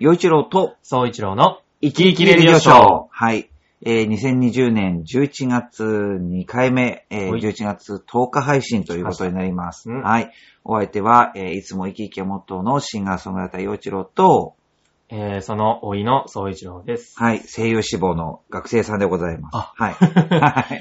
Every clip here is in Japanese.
陽一郎と、 総一郎の生き生きレディオショー。はい。2020年11月2回目、11月10日配信ということになります。はい。お相手は、いつも生き生きをモットーのシンガーソングライター陽一郎と、 その老いの総一郎です。 はい。声優志望の学生さんでございます。 あ、 はい。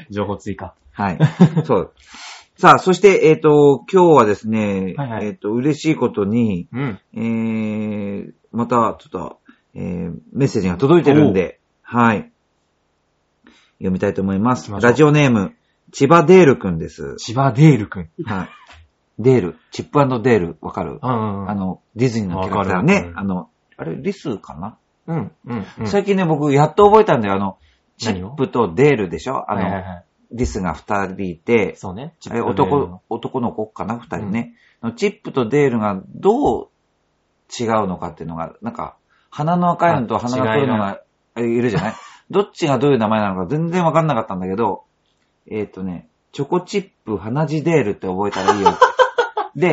情報追加。 はい。そう。さあ、そして、今日はですね、 はいはい、 嬉しいことに、また、ちょっと、メッセージが届いてるんで、はい。読みたいと思います。ラジオネーム、千葉デールくんです。 千葉デールくん。 はい。デール、チップ&デール、わかる？ディズニーのキャラクターね。あれ、リスかな？最近ね、僕、やっと覚えたんだよ。チップとデールでしょ？リスが2人いて、 そうね。 男の子かな？2人ね。チップとデールがどう違うのかっていうのが、なんか、鼻の赤いのと鼻が黒いのがいるじゃない？どっちがどういう名前なのか全然わかんなかったんだけど、チョコチップ鼻血デールって覚えたらいいよって。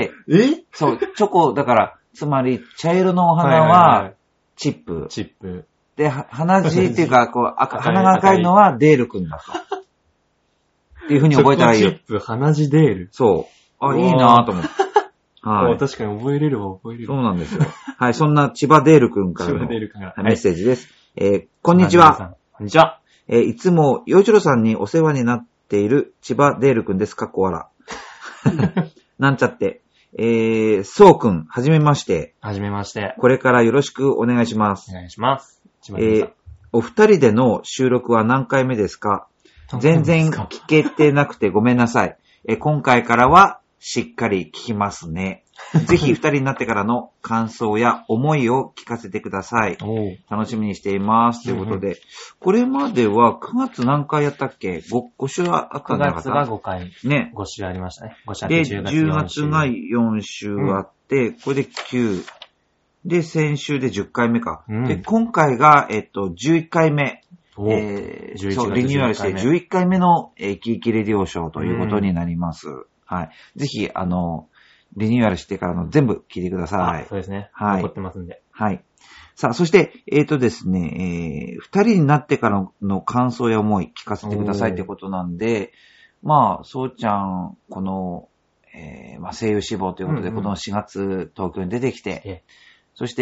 で、そう、チョコ、だから、つまり、茶色のお花は、チップ。 チップ。 で、鼻血っていうか、こう、鼻が赤いのはデールくんだと。っていう風に覚えたらいいよ。 チョコチップ、鼻血デール。 そう。あ、いいなぁと思って。 はい。確かに覚えれるわ、覚えれる。 そうなんですよ。はい、そんな千葉デールくんからのメッセージです。こんにちは。 こんにちは。 いつも、陽一郎さんにお世話になっている千葉デールくんです。かっこ笑。なんちゃって。そうくん、はじめまして。 はじめまして。 これからよろしくお願いします。 お願いします。千葉デールさん。 お二人での収録は何回目ですか？全然聞けてなくてごめんなさい。今回からはしっかり聞きますね。ぜひ二人になってからの感想や思いを聞かせてください。楽しみにしています。ということで、これまでは9月何回やったっけ 5週あったんじゃなかった？ 9月が5回。ね。5週ありましたね。5週あって 10月が4週あって、これで9。で、先週で10回目か。で、今回が、11回目。そう、リニューアルして11回目の、生き生きレディオショーということになります。はい。ぜひ、リニューアルしてからの全部聞いてください。 そうですね。 はい。 残ってますんで。 はい。さあ、そして、ですね、二人になってからの感想や思い聞かせてくださいってことなんで、まあ、そうちゃん、この、声優志望ということで、この4月東京に出てきて、そして、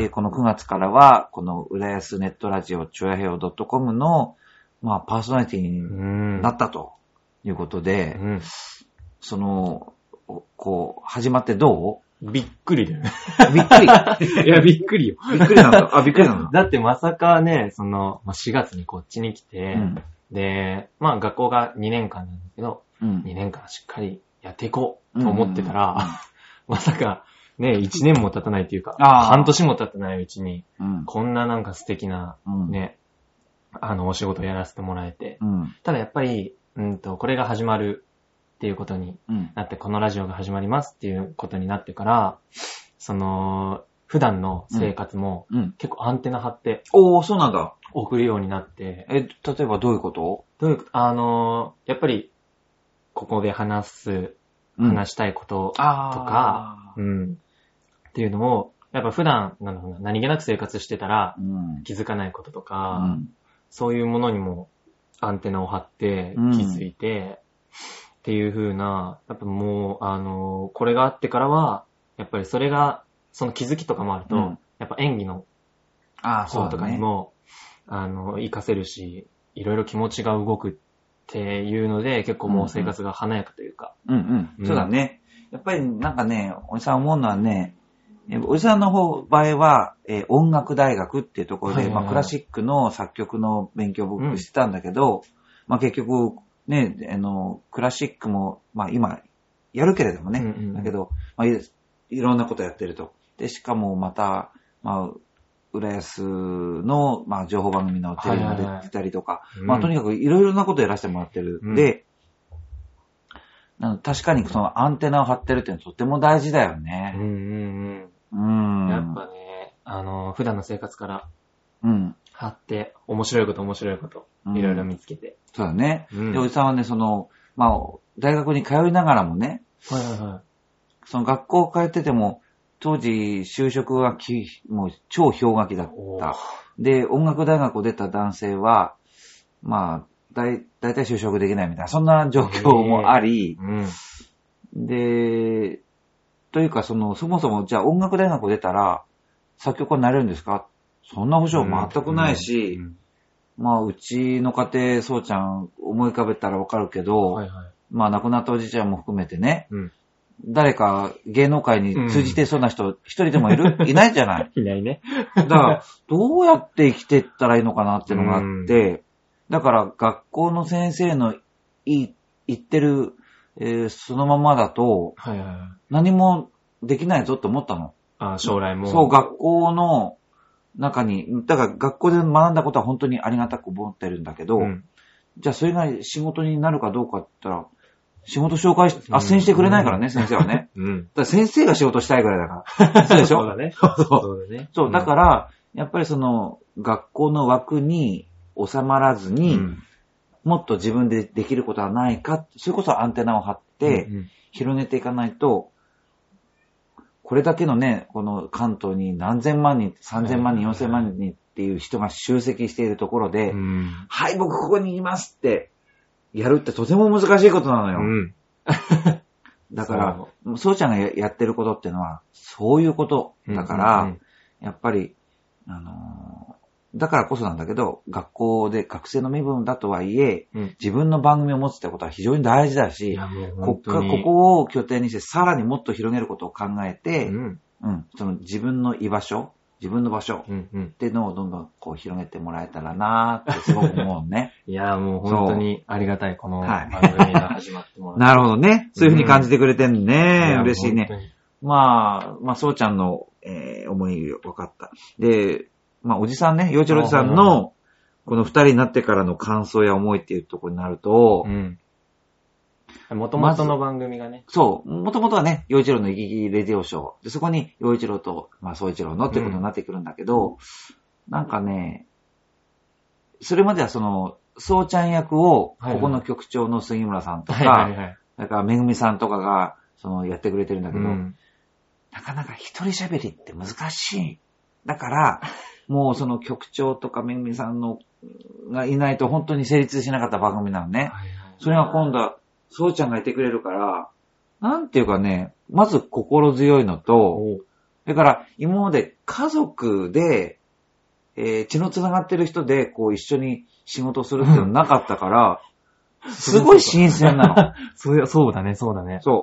この9月からは、この浦安ネットラジオ、ちょやへよ .com の、まあ、パーソナリティになったということで、その、こう、始まってどう？びっくりだよね。 びっくり。 いや、びっくりよ。 びっくりなんだ。あ、びっくりなんだ。 だってまさかね、4月にこっちに来て、で、まあ学校が2年間なんだけど、2年間しっかりやっていこうと思ってたら、まさか、ね、1年も経たないっていうか、半年も経たないうちに、こんななんか素敵な、ね、お仕事をやらせてもらえて、ただやっぱり、これが始まるっていうことになって、このラジオが始まりますっていうことになってから、普段の生活も結構アンテナ張って、 そうなんだ。 送るようになって、 例えばどういうこと？ やっぱり、ここで話したいこととか、っていうのを、やっぱ普段、何気なく生活してたら、気づかないこととか、そういうものにもアンテナを張って気づいて、っていう風な、やっぱもう、これがあってからは、やっぱりそれが、その気づきとかもあると、やっぱ演技の方とかにも、活かせるし、いろいろ気持ちが動くっていうので、結構もう生活が華やかというか。 そうだね。やっぱりなんかね、おじさん思うのはね、おじさんの場合は、音楽大学っていうところで、まあクラシックの作曲の勉強を僕してたんだけど、まあ結局、ね、クラシックも、まあ今、やるけれどもね、だけど、まあいろんなことやってると。で、しかもまた、まあ、浦安の、まあ、情報番組のテレビも出てたりとか、まあとにかくいろいろなことやらせてもらってる。で、確かにそのアンテナを張ってるっていうのはとても大事だよね。 やっぱね、普段の生活から、張って、面白いこと、いろいろ見つけて。 そうだね。で、おじさんはね、まあ、大学に通いながらもね、その学校通ってても、 当時就職はもう超氷河期だった。で、音楽大学を出た男性は、まあ、だいたい就職できないみたいな、そんな状況もあり、で、というかそもそもじゃあ音楽大学を出たら作曲家になれるんですか？そんな保証全くないし、まあうちの家庭、そうちゃん思い浮かべたらわかるけど、まあ亡くなったおじいちゃんも含めてね、誰か芸能界に通じてそうな人一人でもいないじゃない。 いないね。 だからどうやって生きていったらいいのかなっていうのがあって、だから学校の先生の言ってる、そのままだと、何もできないぞって思ったの。 将来も。 そう、学校の中に、だから学校で学んだことは本当にありがたく思ってるんだけど、じゃあそれが仕事になるかどうかって言ったら、仕事紹介斡旋してくれないからね、先生はね。だから先生が仕事したいぐらいだから。そうでしょ？ そうだね。 そうだね。そう、だから、やっぱり学校の枠に収まらずに、もっと自分でできることはないか、それこそアンテナを張って、広げていかないと、これだけのね、この関東に何千万人、3000万人、4000万人っていう人が集積しているところで、はい、僕ここにいますってやるってとても難しいことなのよ。だから、そうちゃんがやってることっていうのは、そういうことだから、やっぱり、だからこそなんだけど、学校で学生の身分だとはいえ、自分の番組を持つってことは非常に大事だし、ここを拠点にしてさらにもっと広げることを考えて、自分の居場所、自分の場所っていうのをどんどんこう広げてもらえたらなーってすごく思うね。 いや、もう本当にありがたい、この番組が始まってもらって。 なるほどね。そういうふうに感じてくれてんね。嬉しいね。まあ、そうちゃんの、思い分かった。で、まあ、おじさんね、洋一郎おじさんの、この二人になってからの感想や思いっていうところになると、 元々の番組がね。 そう、元々はね、洋一郎のイキイキレディオショー。で、そこに洋一郎と、まあ、総一郎のってことになってくるんだけど、なんかね、それまではそうちゃん役を、ここの局長の杉村さんとか、だからめぐみさんとかが、やってくれてるんだけど、なかなか一人喋りって難しい。だから、もう局長とかめぐみさんがいないと本当に成立しなかった番組なのね。それが今度は、そうちゃんがいてくれるから、なんていうかね、まず心強いのと、だから今まで家族で、血のつながってる人でこう一緒に仕事をするっていうのなかったから、すごい新鮮なの。 そうだね、そうだね。 そう。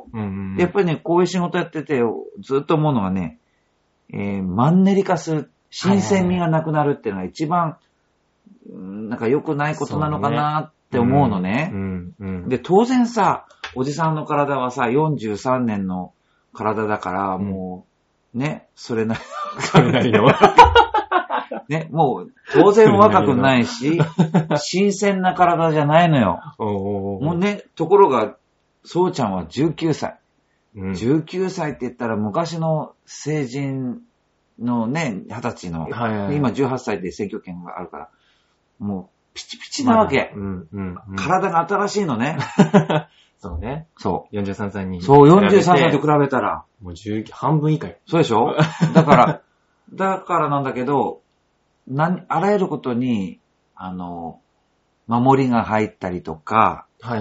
やっぱりね、こういう仕事やってて、ずっと思うのがね、マンネリ化する、新鮮味がなくなるっていうのが一番、なんか良くないことなのかなって思うのね。で、当然さ、おじさんの体はさ、43年の体だから、もう、ね、それなりよ。ね、もう、当然若くないし、新鮮な体じゃないのよ。もうね、ところが、そうちゃんは19歳。19歳って言ったら昔の成人のね、20歳の、今18歳で選挙権があるから、もうピチピチなわけ。体が新しいのね。 そうね。 そう。 43歳に。 そう、43歳と比べたら。 もう半分以下よ。 そうでしょ？だからなんだけど、あらゆることに、守りが入ったりとか、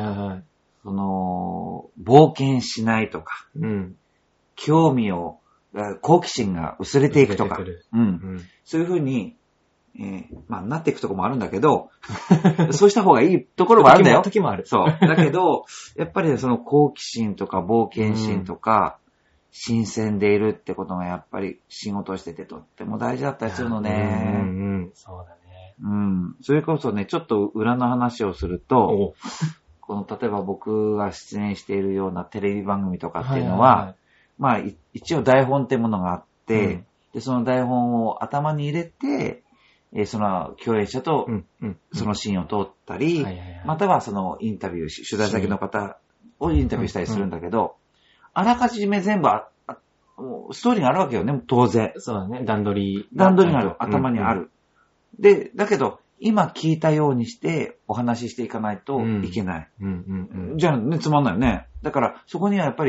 冒険しないとか、興味を、好奇心が薄れていくとか、そういうふうに、まあ、なっていくところもあるんだけど、そうした方がいいところもあるんだよ。 時もある。 そう。だけど、やっぱり好奇心とか冒険心とか、新鮮でいるってことがやっぱり仕事をしててとっても大事だったりするのね。 そうだね。 それこそね、ちょっと裏の話をすると、例えば僕が出演しているようなテレビ番組とかっていうのは、まあ、一応台本ってものがあって、で、その台本を頭に入れて、その共演者とそのシーンを通ったり、またはインタビュー、取材先の方をインタビューしたりするんだけど、あらかじめ全部ストーリーがあるわけよね、当然。 そうだね、段取りがある、頭にある。で、だけど、今聞いたようにしてお話ししていかないといけない。じゃあね、つまんないよね。だから、そこにはやっぱり、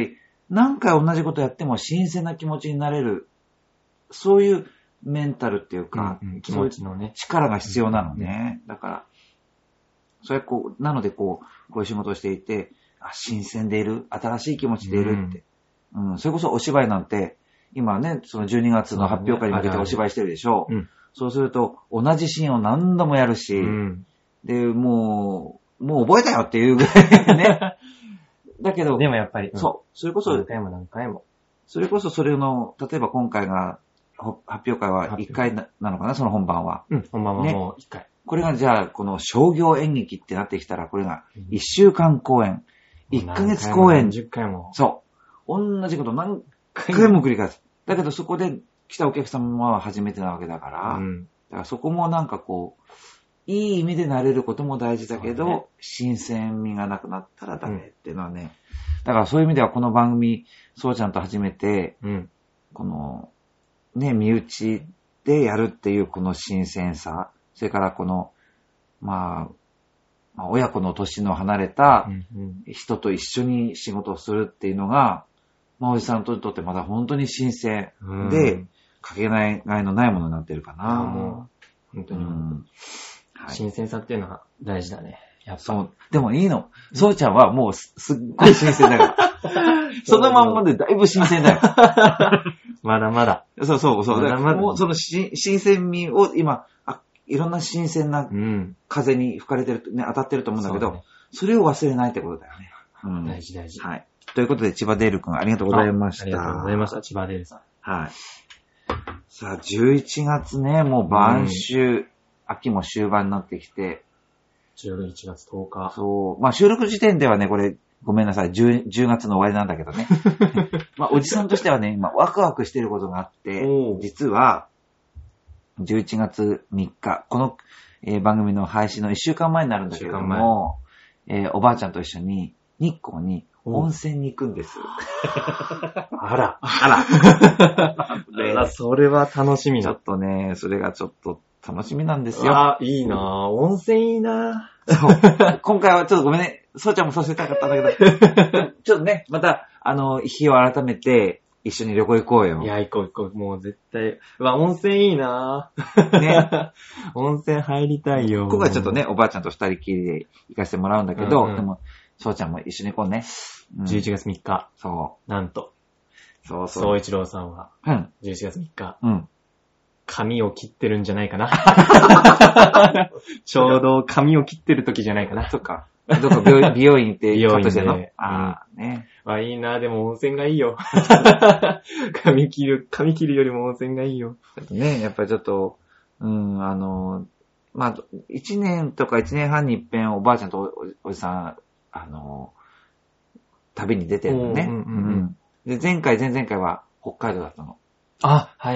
何回同じことやっても新鮮な気持ちになれる、そういうメンタルっていうか、 気持ちのね。 力が必要なのね。だから、それなのでこういう仕事をしていて、新鮮でいる、新しい気持ちでいるって。それこそお芝居なんて、今ね、その12月の発表会に向けてお芝居してるでしょ。そうすると、同じシーンを何度もやるし、で、もう覚えたよっていうぐらいね。だけど、 でもやっぱり、 それこそ、 何回も。 それこそそれの、例えば今回が、発表会は1回なのかな、その本番は。 本番はもう1回。 これがじゃあ、この商業演劇ってなってきたら、これが1週間公演、1ヶ月公演。 10回も。 そう。同じこと何回も繰り返す。だけどそこで来たお客様は初めてなわけだから、だからそこもなんかいい意味で慣れることも大事だけど、新鮮味がなくなったらダメっていうのはね。だからそういう意味ではこの番組、そうちゃんと初めて、この、ね、身内でやるっていうこの新鮮さ、それからこの、親子の年の離れた人と一緒に仕事をするっていうのが、おじさんにとってまだ本当に新鮮で、かけがえのないものになってるかな。 もう本当に、新鮮さっていうのは大事だね。やっぱそう。でもいいの。そうちゃんはもうすっごい新鮮だから。そのまんまでだいぶ新鮮だよ。 まだまだ。 そう。まだまだもうその新鮮味を今、いろんな新鮮な風に吹かれてる、ね、当たってると思うんだけど、それを忘れないってことだよね。 大事。 はい。ということで、千葉デール君ありがとうございました。 ありがとうございました、千葉デールさん。 はい。さあ、11月ね、もう晩秋、秋も終盤になってきて。 11月10日。 そう。収録時点ではね、これ、ごめんなさい、10月の終わりなんだけどね。おじさんとしてはね、今、ワクワクしてることがあって、実は、11月3日、この、番組の配信の1週間前になるんだけれども、おばあちゃんと一緒に日光に温泉に行くんです。 あら、それは楽しみだ。 ちょっとね、それがちょっと楽しみなんですよ。 いいなぁ。温泉いいなぁ。そう。今回はちょっとごめんね。そうちゃんもさせたかったんだけど。ちょっとね、また、日を改めて、一緒に旅行行こうよ。 いや、行こう。もう絶対。温泉いいなぁ。ね。温泉入りたいよ。 今回ちょっとね、おばあちゃんと二人きりで行かせてもらうんだけど、でも、そうちゃんも一緒に行こうね。 11月3日。 そう。 なんと。 そう。 総一郎さんは、11月3日。髪を切ってるんじゃないかな。ちょうど髪を切ってる時じゃないかな。 そっか。どこ美容院ってカットしてんの？ね。 いいな、でも温泉がいいよ。髪切るよりも温泉がいいよ。 ね、やっぱりちょっと、1年とか1年半に一遍おばあちゃんとおじさん、旅に出てるのね。で、前回は北海道だったの。 はい。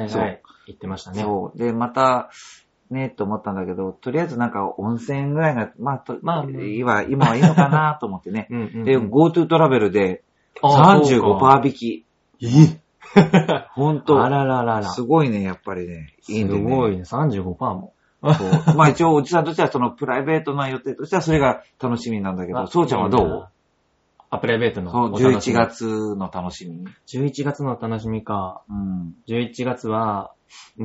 そう。言ってましたね。 そう。で、また、ね、と思ったんだけど、とりあえずなんか温泉ぐらいが、今はいいのかなと思ってね。で、GoTo トラベルで 35% 引き。ほんと。 あららら。 すごいね、やっぱりね。いいんでね。 すごいね、35% も。 そう。一応おじさんとしてはそのプライベートな予定としてはそれが楽しみなんだけど、そうちゃんはどう？ プライベートの。 そう、11月の楽しみ。 11月の楽しみか。11月は、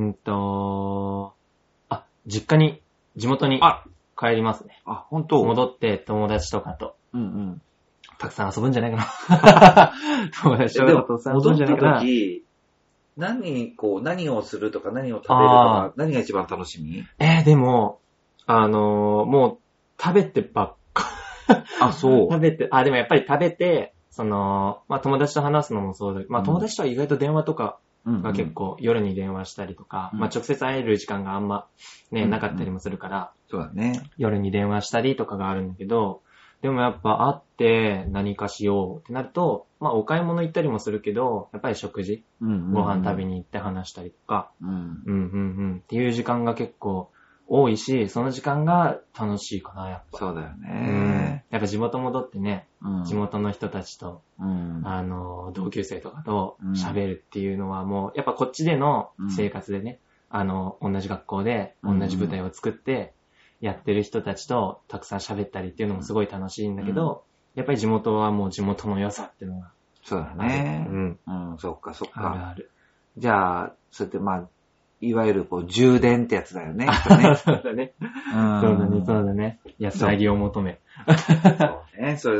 実家に、地元に帰りますね。 本当？ 戻って友達とかと。たくさん遊ぶんじゃないかな。友達とかと遊ぶんじゃないかな。 戻った時、何をするとか何を食べるとか、何が一番楽しみ？ でも、もう、食べてばっか。 そう。 食べて、でもやっぱり食べて、友達と話すのもそうだけど、友達とは意外と電話とかが結構夜に電話したりとか、直接会える時間があんまね、なかったりもするから、 そうだね。 夜に電話したりとかがあるんだけど、でもやっぱ会って何かしようってなると、お買い物行ったりもするけど、やっぱり食事、ご飯食べに行って話したりとか、っていう時間が結構多いし、その時間が楽しいかな、やっぱ。 そうだよね。 やっぱ地元戻ってね、地元の人たちと、同級生とかと喋るっていうのはもう、やっぱこっちでの生活でね、同じ学校で同じ舞台を作って、やってる人たちとたくさん喋ったりっていうのもすごい楽しいんだけど、やっぱり地元はもう地元の良さっていうのがそうだね。 うん。 うん、そっかそっか。 あるある。 じゃあ、そうやってまあ、いわゆるこう、充電ってやつだよね。きっとねそうだね。そうだね、そうだね。安らぎを求め。 そうね、それ。 うん。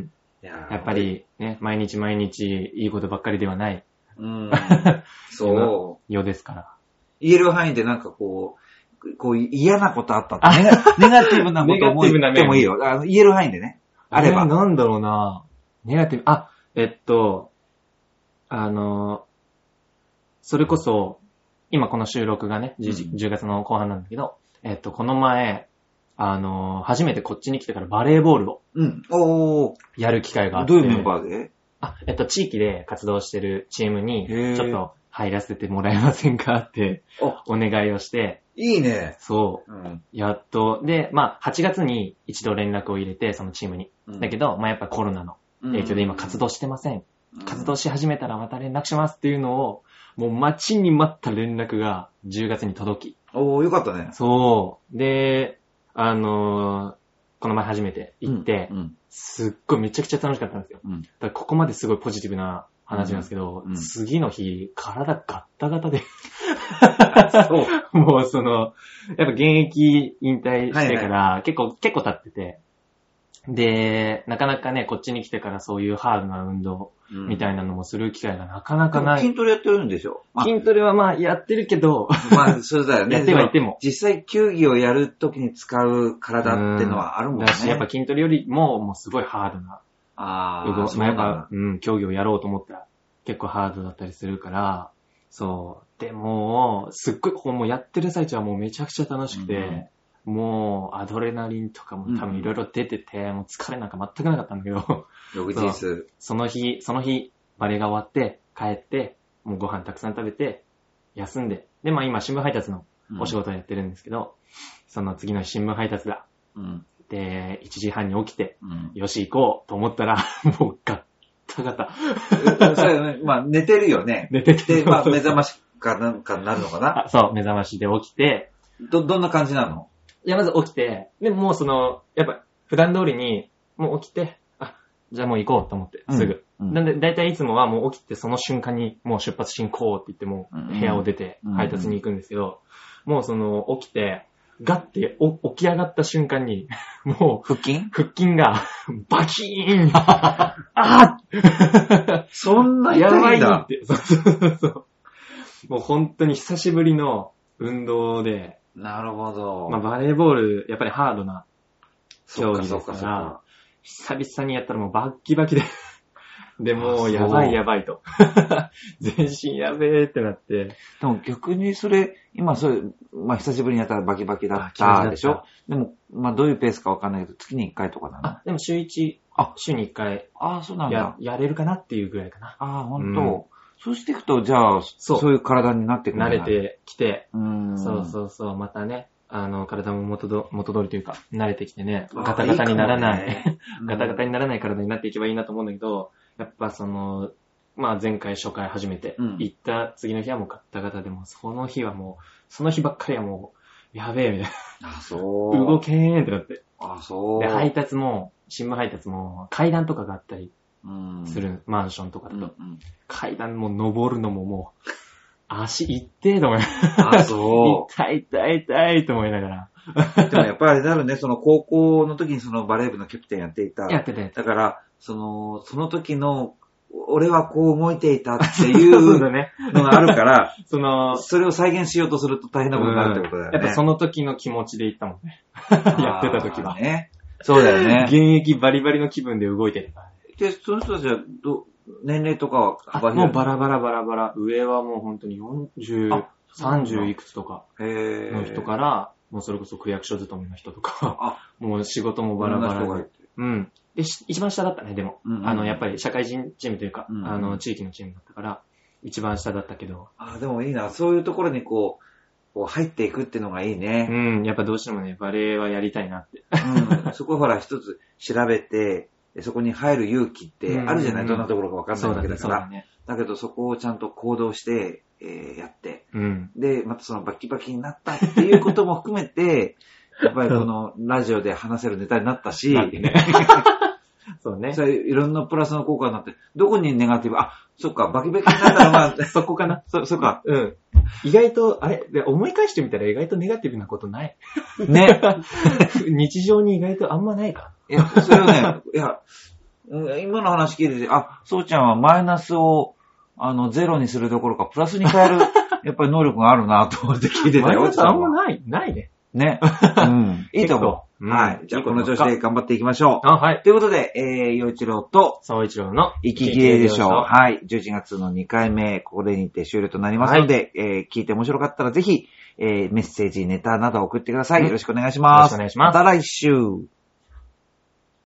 やっぱりね、毎日毎日いいことばっかりではない。 うん。そう。 世ですから。 言える範囲でなんかこう嫌なことあったってネガティブなこと思ってもいいよ。言える範囲でね。あれば。 なんだろうな。ネガティブ、それこそ、今この収録がね、10月の後半なんだけど、この前、初めてこっちに来てからバレーボールを、やる機会があって。 どういうメンバーで？ 地域で活動してるチームに、ちょっと入らせてもらえませんかって、お願いをして。 いいね。 そう。やっと。で、まあ、8月に一度連絡を入れて、そのチームに。だけど、まあ、やっぱコロナの影響で今活動してません。活動し始めたらまた連絡しますっていうのを、もう待ちに待った連絡が10月に届き。 よかったね。 そう。で、この前初めて行って、すっごいめちゃくちゃ楽しかったんですよ。だからここまですごいポジティブな話なんですけど、次の日、体ガッタガタで。そう。もうやっぱ現役引退してから、結構経ってて、で、なかなかね、こっちに来てからそういうハードな運動みたいなのもする機会がなかなかない。 筋トレやってるんでしょ？ 筋トレはまあやってるけど、 まあそうだよね。 やってはいても。 実際球技をやるときに使う体ってのはあるもんね。 だし、やっぱ筋トレよりもうすごいハードな。まあやっぱ、競技をやろうと思ったら結構ハードだったりするから、そう。でも、すっごい、もうやってる最中はもうめちゃくちゃ楽しくて、もうアドレナリンとかも多分いろいろ出てて、もう疲れなんか全くなかったんだけど、 翌日その日、バレーが終わって、帰って、もうご飯たくさん食べて、休んで、で、まあ今新聞配達のお仕事をやってるんですけど、その次の日新聞配達だ。で、1時半に起きて、よし行こうと思ったら、もうガッタガタ。 まあ寝てるよね。 寝てて。 まあ目覚ましかなんかになるのかな。 そう、目覚ましで起きて。 どんな感じなの？ いや、まず起きて、でももうやっぱ普段通りに、もう起きて、じゃあもう行こうと思って、すぐ。なんで、だいたいいつもはもう起きてその瞬間にもう出発しに行こうって言っても部屋を出て配達に行くんですけど、もう起きて、ガッて起き上がった瞬間に、もう、腹筋が、バキーンそんな痛いんだ。 やばいって。そう。もう本当に久しぶりの運動で。 なるほど。 まあバレーボール、やっぱりハードな競技ですから、久々にやったらもうバッキバキで。で、もうやばいと。全身やべーってなって。 でも逆に今まあ久しぶりにやったらバキバキだったでしょ？でも、まあどういうペースかわかんないけど、月に1回とかなの？ でも週1、週に1回。 そうなんだ。 やれるかなっていうぐらいかな。 ほんと。そうしていくと、じゃあ、そういう体になってくるんだ。 慣れてきて。そう。またね、体も元通りというか、慣れてきてね、ガタガタにならない、ガタガタにならない体になっていけばいいなと思うんだけど、やっぱまあ前回初回初めて行った次の日はもうガッタガタでも、その日ばっかりはもう、やべえみたいな。動けーんってなって。で、新聞配達も階段とかがあったりする、マンションとかだと。階段も登るのももう、足痛えと思いながら。痛いと思いながら。 でもやっぱりあれだろうね、高校の時にバレー部のキャプテンやっていた。 やってて。 だから、その時の、俺はこう動いていたっていうのがあるから、それを再現しようとすると大変なことになるってことだよね。 やっぱその時の気持ちで行ったもんね。やってた時は。 ね。そうだよね。 現役バリバリの気分で動いてるから。 で、その人たちは年齢とかは幅広い？もうバラバラ。上はもう本当に40、30いくつとかの人から、もうそれこそ区役所勤めの人とか、もう仕事もバラバラで。で、一番下だったね、でも。やっぱり社会人チームというか、地域のチームだったから、一番下だったけど。 でもいいな。そういうところにこう入っていくっていうのがいいね。 やっぱどうしてもね、バレーはやりたいなって。 そこほら一つ調べて、そこに入る勇気ってあるじゃない、どんなところかわかんないわけだから。だけどそこをちゃんと行動して、やって。で、またバキバキになったっていうことも含めて、やっぱりこのラジオで話せるネタになったし、 そうね。 それいろんなプラスの効果になって、どこにネガティブ、そっか、バキバキになったらまあ、 そこかな。 そっか。 うん。意外と、思い返してみたら意外とネガティブなことない。 ね。 日常に意外とあんまないか。 いや、それをね、今の話聞いてて、そうちゃんはマイナスを、ゼロにするどころか、プラスに変える、やっぱり能力があるなと思って聞いてたよ。 マイナスあんまないね。 ね。うん。いいと思う。はい。じゃあ、この調子で頑張っていきましょう。 はい。 ということで、陽一郎と、 沢一郎の、 息切れでしょう。はい。11月の2回目、これにて終了となりますので、聞いて面白かったらぜひ、メッセージ、ネタなど送ってください。よろしくお願いします。 よろしくお願いします。 また来週。